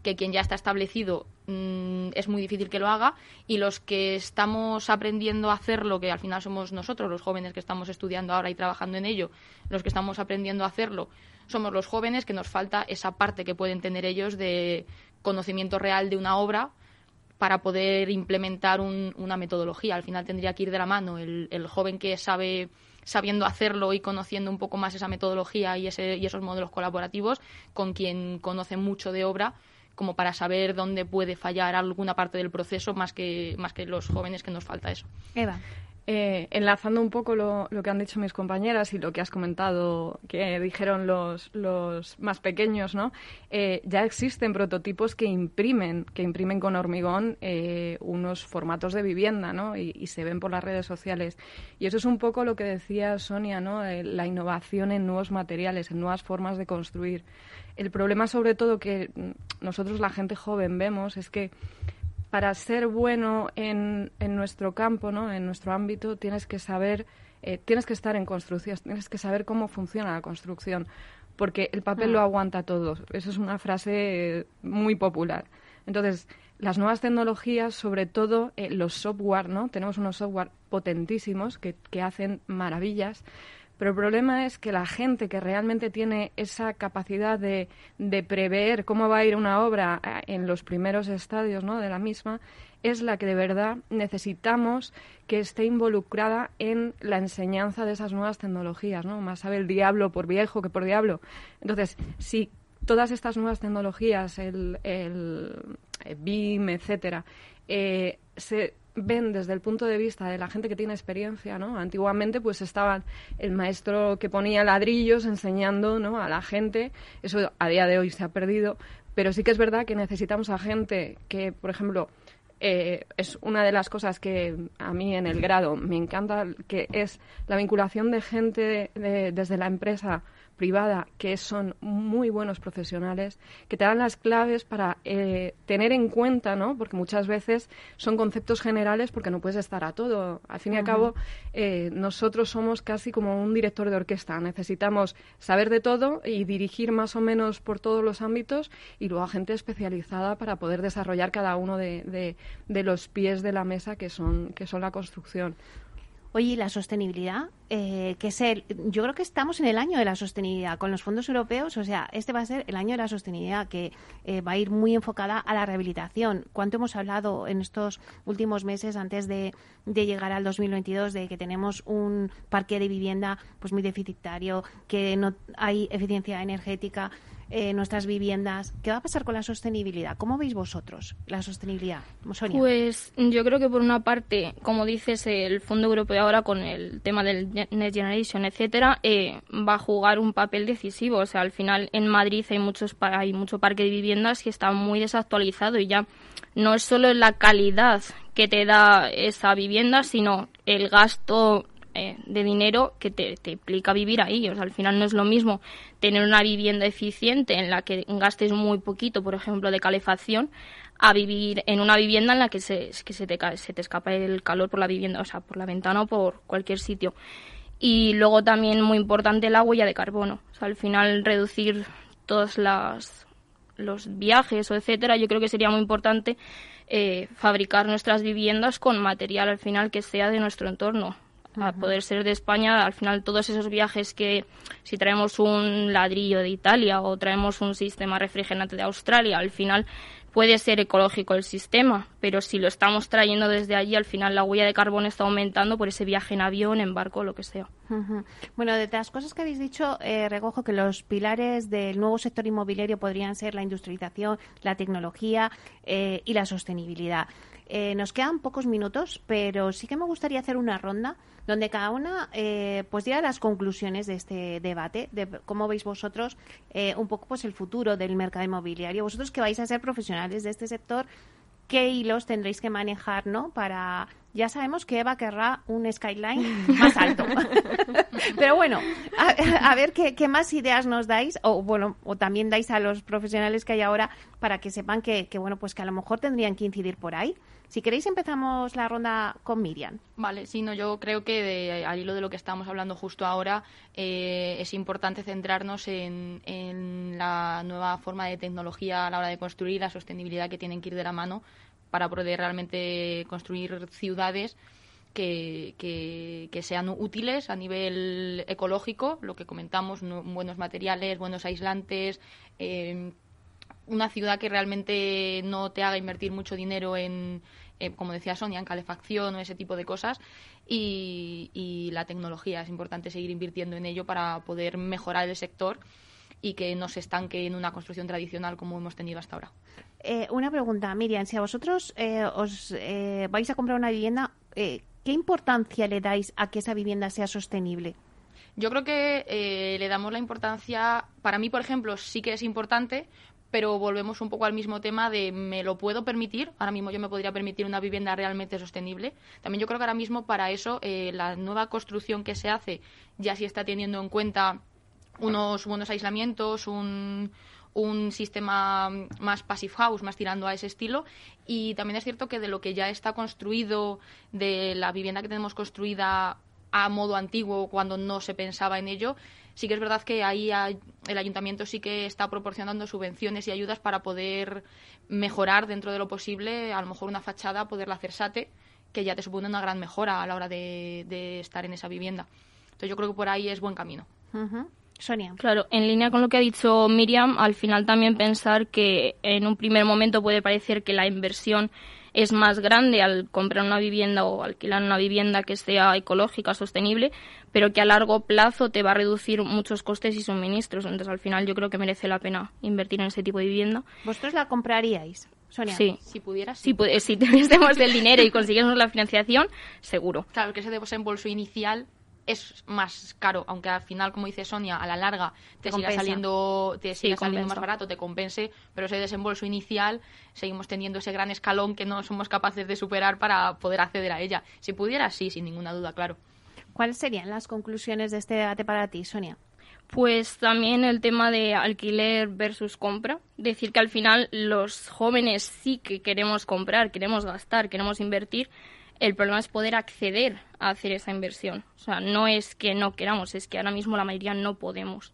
que quien ya está establecido es muy difícil que lo haga, y los que estamos aprendiendo a hacerlo, que al final somos nosotros, los jóvenes que estamos estudiando ahora y trabajando en ello, los que estamos aprendiendo a hacerlo, somos los jóvenes, que nos falta esa parte que pueden tener ellos de conocimiento real de una obra para poder implementar una metodología. Al final tendría que ir de la mano el joven que sabiendo hacerlo y conociendo un poco más esa metodología y esos modelos colaborativos, con quien conoce mucho de obra, como para saber dónde puede fallar alguna parte del proceso, más que los jóvenes, que nos falta eso. Eva. Enlazando un poco lo que han dicho mis compañeras y lo que has comentado, que dijeron los más pequeños, ¿no? Ya existen prototipos que imprimen con hormigón unos formatos de vivienda, ¿no? Y se ven por las redes sociales. Y eso es un poco lo que decía Sonia, ¿no? La innovación en nuevos materiales, en nuevas formas de construir. El problema, sobre todo, que nosotros, la gente joven, vemos es que para ser bueno en nuestro campo, ¿no? En nuestro ámbito, tienes que saber, tienes que estar en construcción, tienes que saber cómo funciona la construcción, porque el papel lo aguanta todo. Eso es una frase muy popular. Entonces, las nuevas tecnologías, sobre todo los software, ¿no? Tenemos unos software potentísimos que hacen maravillas. Pero el problema es que la gente que realmente tiene esa capacidad de prever cómo va a ir una obra en los primeros estadios, ¿no? de la misma, es la que de verdad necesitamos que esté involucrada en la enseñanza de esas nuevas tecnologías, ¿no? Más sabe el diablo por viejo que por diablo. Entonces, si todas estas nuevas tecnologías, el BIM, etcétera, se ven desde el punto de vista de la gente que tiene experiencia, ¿no? Antiguamente pues estaba el maestro que ponía ladrillos enseñando, ¿no? a la gente. Eso a día de hoy se ha perdido, pero sí que es verdad que necesitamos a gente que, por ejemplo, es una de las cosas que a mí en el grado me encanta, que es la vinculación de gente desde la empresa privada, que son muy buenos profesionales, que te dan las claves para tener en cuenta, ¿no? Porque muchas veces son conceptos generales, porque no puedes estar a todo. Al fin y al cabo, nosotros somos casi como un director de orquesta. Necesitamos saber de todo y dirigir más o menos por todos los ámbitos, y luego a gente especializada para poder desarrollar cada uno de los pies de la mesa que son la construcción. Oye, ¿y la sostenibilidad? Yo creo que estamos en el año de la sostenibilidad con los fondos europeos. O sea, este va a ser el año de la sostenibilidad, que va a ir muy enfocada a la rehabilitación. ¿Cuánto hemos hablado en estos últimos meses, antes de llegar al 2022, de que tenemos un parque de vivienda pues muy deficitario, que no hay eficiencia energética en nuestras viviendas? ¿Qué va a pasar con la sostenibilidad? ¿Cómo veis vosotros la sostenibilidad, Sonia? Pues yo creo que por una parte, como dices, el Fondo Europeo ahora con el tema del Next Generation, etcétera, va a jugar un papel decisivo. O sea, al final en Madrid hay mucho parque de viviendas que está muy desactualizado, y ya no es solo la calidad que te da esa vivienda, sino el gasto de dinero que te implica vivir ahí. O sea, al final no es lo mismo tener una vivienda eficiente en la que gastes muy poquito, por ejemplo, de calefacción, a vivir en una vivienda en la que se te escapa el calor por la vivienda, o sea, por la ventana o por cualquier sitio. Y luego también muy importante la huella de carbono. O sea, al final reducir todos los viajes o etcétera. Yo creo que sería muy importante fabricar nuestras viviendas con material al final que sea de nuestro entorno. A poder ser de España, al final todos esos viajes que, si traemos un ladrillo de Italia o traemos un sistema refrigerante de Australia, al final puede ser ecológico el sistema, pero si lo estamos trayendo desde allí, al final la huella de carbono está aumentando por ese viaje en avión, en barco, lo que sea. Bueno, de las cosas que habéis dicho, recojo que los pilares del nuevo sector inmobiliario podrían ser la industrialización, la tecnología y la sostenibilidad. Nos quedan pocos minutos, pero sí que me gustaría hacer una ronda donde cada una pues diga las conclusiones de este debate, de cómo veis vosotros un poco pues el futuro del mercado inmobiliario. Vosotros que vais a ser profesionales de este sector, ¿qué hilos tendréis que manejar, ¿no? para ya sabemos que Eva querrá un skyline más alto. Pero bueno, a ver qué más ideas nos dais, o también dais a los profesionales que hay ahora para que sepan que bueno, pues que a lo mejor tendrían que incidir por ahí. Si queréis empezamos la ronda con Miriam. Vale, sí, no, yo creo que al hilo de lo que estamos hablando justo ahora, es importante centrarnos en la nueva forma de tecnología a la hora de construir, la sostenibilidad que tienen que ir de la mano para poder realmente construir ciudades que sean útiles a nivel ecológico, lo que comentamos, buenos materiales, buenos aislantes, una ciudad que realmente no te haga invertir mucho dinero en, como decía Sonia, en calefacción o ese tipo de cosas, y la tecnología. Es importante seguir invirtiendo en ello para poder mejorar el sector y que no se estanque en una construcción tradicional como hemos tenido hasta ahora. Una pregunta, Miriam, si a vosotros os vais a comprar una vivienda, ¿qué importancia le dais a que esa vivienda sea sostenible? Yo creo que le damos la importancia, para mí, por ejemplo, sí que es importante, pero volvemos un poco al mismo tema de ¿me lo puedo permitir? Ahora mismo yo me podría permitir una vivienda realmente sostenible. También yo creo que ahora mismo para eso la nueva construcción que se hace ya sí está teniendo en cuenta unos buenos aislamientos, un sistema más passive house, más tirando a ese estilo. Y también es cierto que de lo que ya está construido, de la vivienda que tenemos construida a modo antiguo cuando no se pensaba en ello, sí que es verdad que ahí el ayuntamiento sí que está proporcionando subvenciones y ayudas para poder mejorar dentro de lo posible, a lo mejor una fachada, poderla hacer SATE, que ya te supone una gran mejora a la hora de estar en esa vivienda. Entonces yo creo que por ahí es buen camino. Uh-huh. Sonia. Claro, en línea con lo que ha dicho Miriam, al final también pensar que en un primer momento puede parecer que la inversión es más grande al comprar una vivienda o alquilar una vivienda que sea ecológica, sostenible, pero que a largo plazo te va a reducir muchos costes y suministros. Entonces, al final yo creo que merece la pena invertir en ese tipo de vivienda. ¿Vosotros la compraríais, Sonia? Sí. Si pudieras. Sí. Si tuviésemos el dinero y consiguiésemos la financiación, seguro. Claro, que ese desembolso inicial es más caro, aunque al final, como dice Sonia, a la larga te siga saliendo más barato, te compense, pero ese desembolso inicial seguimos teniendo ese gran escalón que no somos capaces de superar para poder acceder a ella. Si pudiera, sí, sin ninguna duda, claro. ¿Cuáles serían las conclusiones de este debate para ti, Sonia? Pues también el tema de alquiler versus compra. Decir que al final los jóvenes sí que queremos comprar, queremos gastar, queremos invertir. El problema es poder acceder a hacer esa inversión. O sea, no es que no queramos, es que ahora mismo la mayoría no podemos.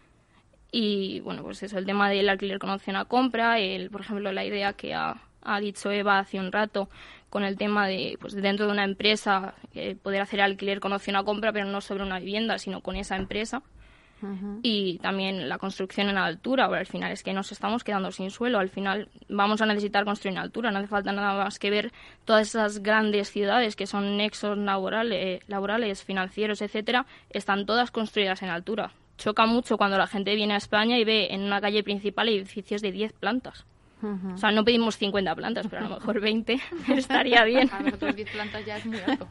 Y bueno, pues eso, el tema del alquiler con opción a compra, por ejemplo, la idea que ha dicho Eva hace un rato con el tema de, pues dentro de una empresa, poder hacer alquiler con opción a compra, pero no sobre una vivienda, sino con esa empresa. Uh-huh. Y también la construcción en altura, porque al final es que nos estamos quedando sin suelo. Al final vamos a necesitar construir en altura. No hace falta nada más que ver todas esas grandes ciudades que son nexos laborales, financieros, etcétera, están todas construidas en altura. Choca mucho cuando la gente viene a España y ve en una calle principal edificios de 10 plantas. Uh-huh. O sea, no pedimos 50 plantas, pero a lo mejor 20 estaría bien. A nosotros 10 plantas ya es muy alto.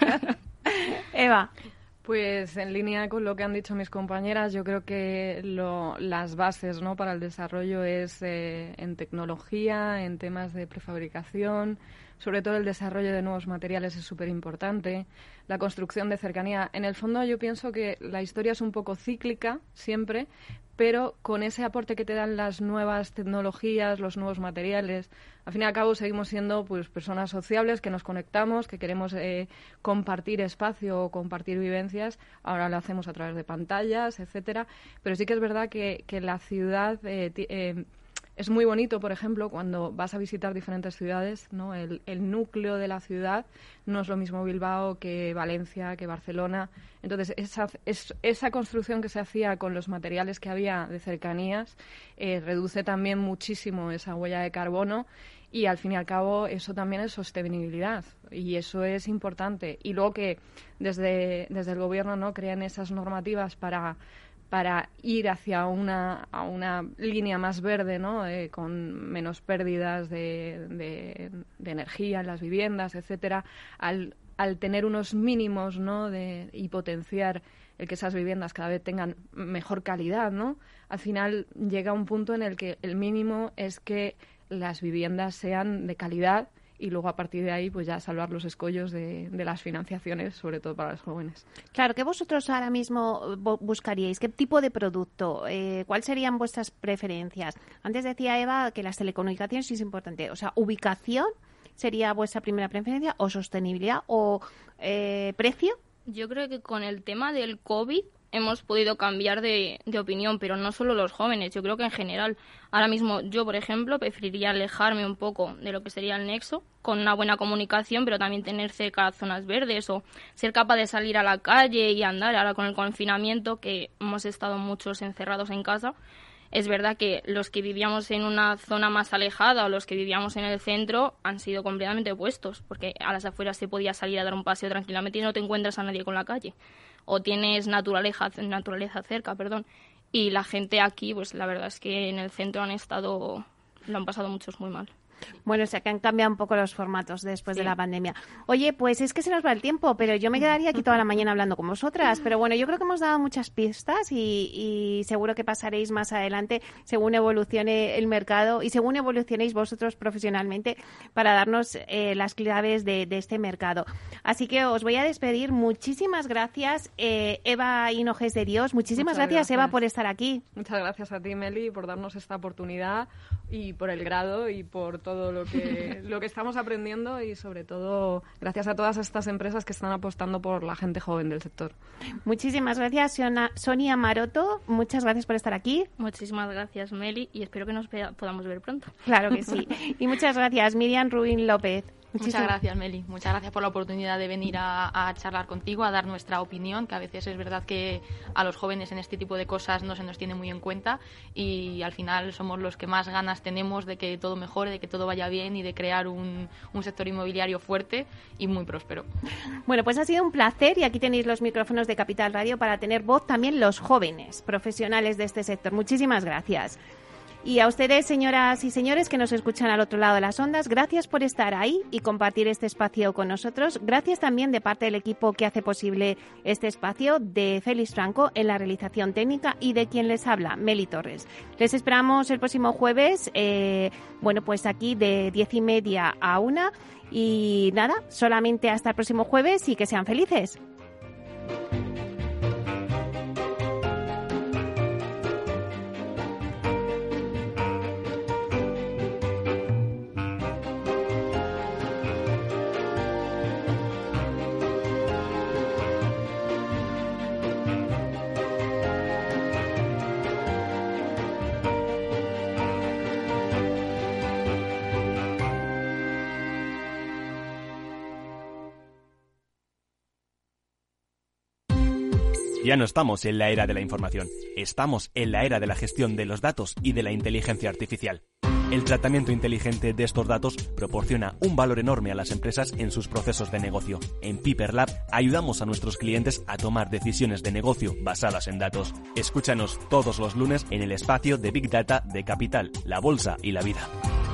Eva. Pues en línea con lo que han dicho mis compañeras, yo creo que las bases, ¿no?, para el desarrollo es en tecnología, en temas de prefabricación, sobre todo el desarrollo de nuevos materiales es súper importante, la construcción de cercanía. En el fondo yo pienso que la historia es un poco cíclica siempre, pero con ese aporte que te dan las nuevas tecnologías, los nuevos materiales, al fin y al cabo seguimos siendo pues personas sociables que nos conectamos, que queremos compartir espacio o compartir vivencias. Ahora lo hacemos a través de pantallas, etcétera, pero sí que es verdad que la ciudad es muy bonito, por ejemplo, cuando vas a visitar diferentes ciudades, ¿no? El núcleo de la ciudad no es lo mismo Bilbao que Valencia, que Barcelona. Entonces, esa construcción que se hacía con los materiales que había de cercanías reduce también muchísimo esa huella de carbono y, al fin y al cabo, eso también es sostenibilidad y eso es importante. Y luego que desde el Gobierno, ¿no?, crean esas normativas para ir hacia una línea más verde, ¿no?, con menos pérdidas de energía en las viviendas, etcétera, al tener unos mínimos, ¿no?, y potenciar el que esas viviendas cada vez tengan mejor calidad, ¿no? Al final llega un punto en el que el mínimo es que las viviendas sean de calidad y luego a partir de ahí pues ya salvar los escollos de las financiaciones, sobre todo para los jóvenes. Claro, ¿qué vosotros ahora mismo buscaríais? ¿Qué tipo de producto? ¿Cuáles serían vuestras preferencias? Antes decía Eva que las telecomunicaciones sí es importante. O sea, ubicación sería vuestra primera preferencia, o sostenibilidad, o precio. Yo creo que con el tema del COVID hemos podido cambiar de opinión, pero no solo los jóvenes, yo creo que en general. Ahora mismo yo, por ejemplo, preferiría alejarme un poco de lo que sería el nexo, con una buena comunicación, pero también tener cerca zonas verdes o ser capaz de salir a la calle y andar. Ahora con el confinamiento, que hemos estado muchos encerrados en casa, es verdad que los que vivíamos en una zona más alejada o los que vivíamos en el centro han sido completamente opuestos, porque a las afueras se podía salir a dar un paseo tranquilamente y no te encuentras a nadie con la calle. O tienes naturaleza cerca, y la gente aquí, pues la verdad es que en el centro lo han pasado muchos muy mal. Bueno, o sea que han cambiado un poco los formatos después de la pandemia. Oye, pues es que se nos va el tiempo, pero yo me quedaría aquí toda la mañana hablando con vosotras. Pero bueno, yo creo que hemos dado muchas pistas y seguro que pasaréis más adelante según evolucione el mercado y según evolucionéis vosotros profesionalmente para darnos las claves de este mercado. Así que os voy a despedir. Muchísimas gracias, Eva Hinojes de Dios. Muchísimas gracias, Eva, por estar aquí. Muchas gracias a ti, Meli, por darnos esta oportunidad y por el grado y por todo lo que estamos aprendiendo y sobre todo gracias a todas estas empresas que están apostando por la gente joven del sector. Muchísimas gracias, Sonia Maroto. Muchas gracias por estar aquí. Muchísimas gracias, Meli, y espero que nos podamos ver pronto. Claro que sí. Y muchas gracias, Miriam Ruin López. Muchas gracias, Meli. Muchas gracias por la oportunidad de venir a charlar contigo, a dar nuestra opinión, que a veces es verdad que a los jóvenes en este tipo de cosas no se nos tiene muy en cuenta y al final somos los que más ganas tenemos de que todo mejore, de que todo vaya bien y de crear un sector inmobiliario fuerte y muy próspero. Bueno, pues ha sido un placer y aquí tenéis los micrófonos de Capital Radio para tener voz también los jóvenes profesionales de este sector. Muchísimas gracias. Y a ustedes, señoras y señores que nos escuchan al otro lado de las ondas, gracias por estar ahí y compartir este espacio con nosotros. Gracias también de parte del equipo que hace posible este espacio, de Félix Franco en la realización técnica y de quien les habla, Meli Torres. Les esperamos el próximo jueves, pues aquí de 10:30 a 1. Y nada, solamente hasta el próximo jueves y que sean felices. Ya no estamos en la era de la información, estamos en la era de la gestión de los datos y de la inteligencia artificial. El tratamiento inteligente de estos datos proporciona un valor enorme a las empresas en sus procesos de negocio. En Piper Lab ayudamos a nuestros clientes a tomar decisiones de negocio basadas en datos. Escúchanos todos los lunes en el espacio de Big Data de Capital, la Bolsa y la Vida.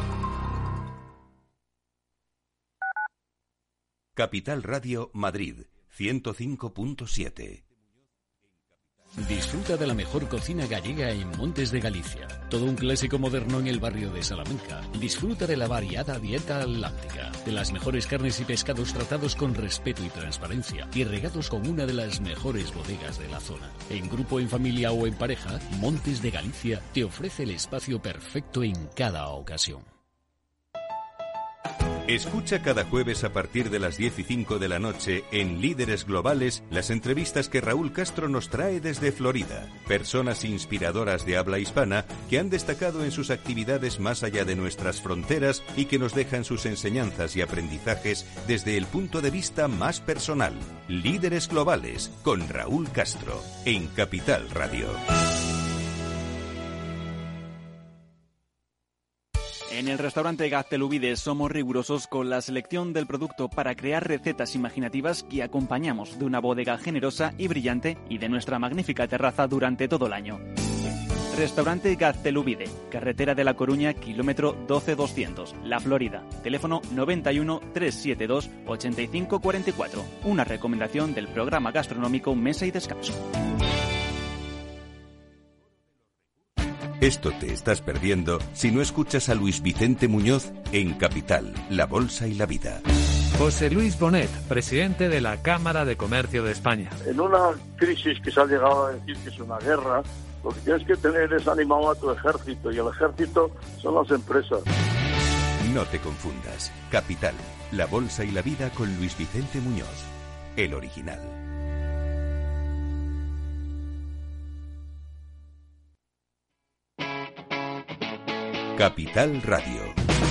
Capital Radio Madrid, 105.7. Disfruta de la mejor cocina gallega en Montes de Galicia. Todo un clásico moderno en el barrio de Salamanca. Disfruta de la variada dieta atlántica, de las mejores carnes y pescados tratados con respeto y transparencia y regados con una de las mejores bodegas de la zona. En grupo, en familia o en pareja, Montes de Galicia te ofrece el espacio perfecto en cada ocasión. Escucha cada jueves a partir de las 10:05 de la noche en Líderes Globales las entrevistas que Raúl Castro nos trae desde Florida. Personas inspiradoras de habla hispana que han destacado en sus actividades más allá de nuestras fronteras y que nos dejan sus enseñanzas y aprendizajes desde el punto de vista más personal. Líderes Globales con Raúl Castro en Capital Radio. En el restaurante Gaztelubides somos rigurosos con la selección del producto para crear recetas imaginativas que acompañamos de una bodega generosa y brillante y de nuestra magnífica terraza durante todo el año. Restaurante Gaztelubide, carretera de La Coruña, kilómetro 12200, La Florida. Teléfono 91 372 8544. Una recomendación del programa gastronómico Mesa y Descanso. Esto te estás perdiendo si no escuchas a Luis Vicente Muñoz en Capital, La Bolsa y la Vida. José Luis Bonet, presidente de la Cámara de Comercio de España. En una crisis que se ha llegado a decir que es una guerra, lo que tienes que tener es animado a tu ejército, y el ejército son las empresas. No te confundas. Capital, La Bolsa y la Vida con Luis Vicente Muñoz, el original. Capital Radio.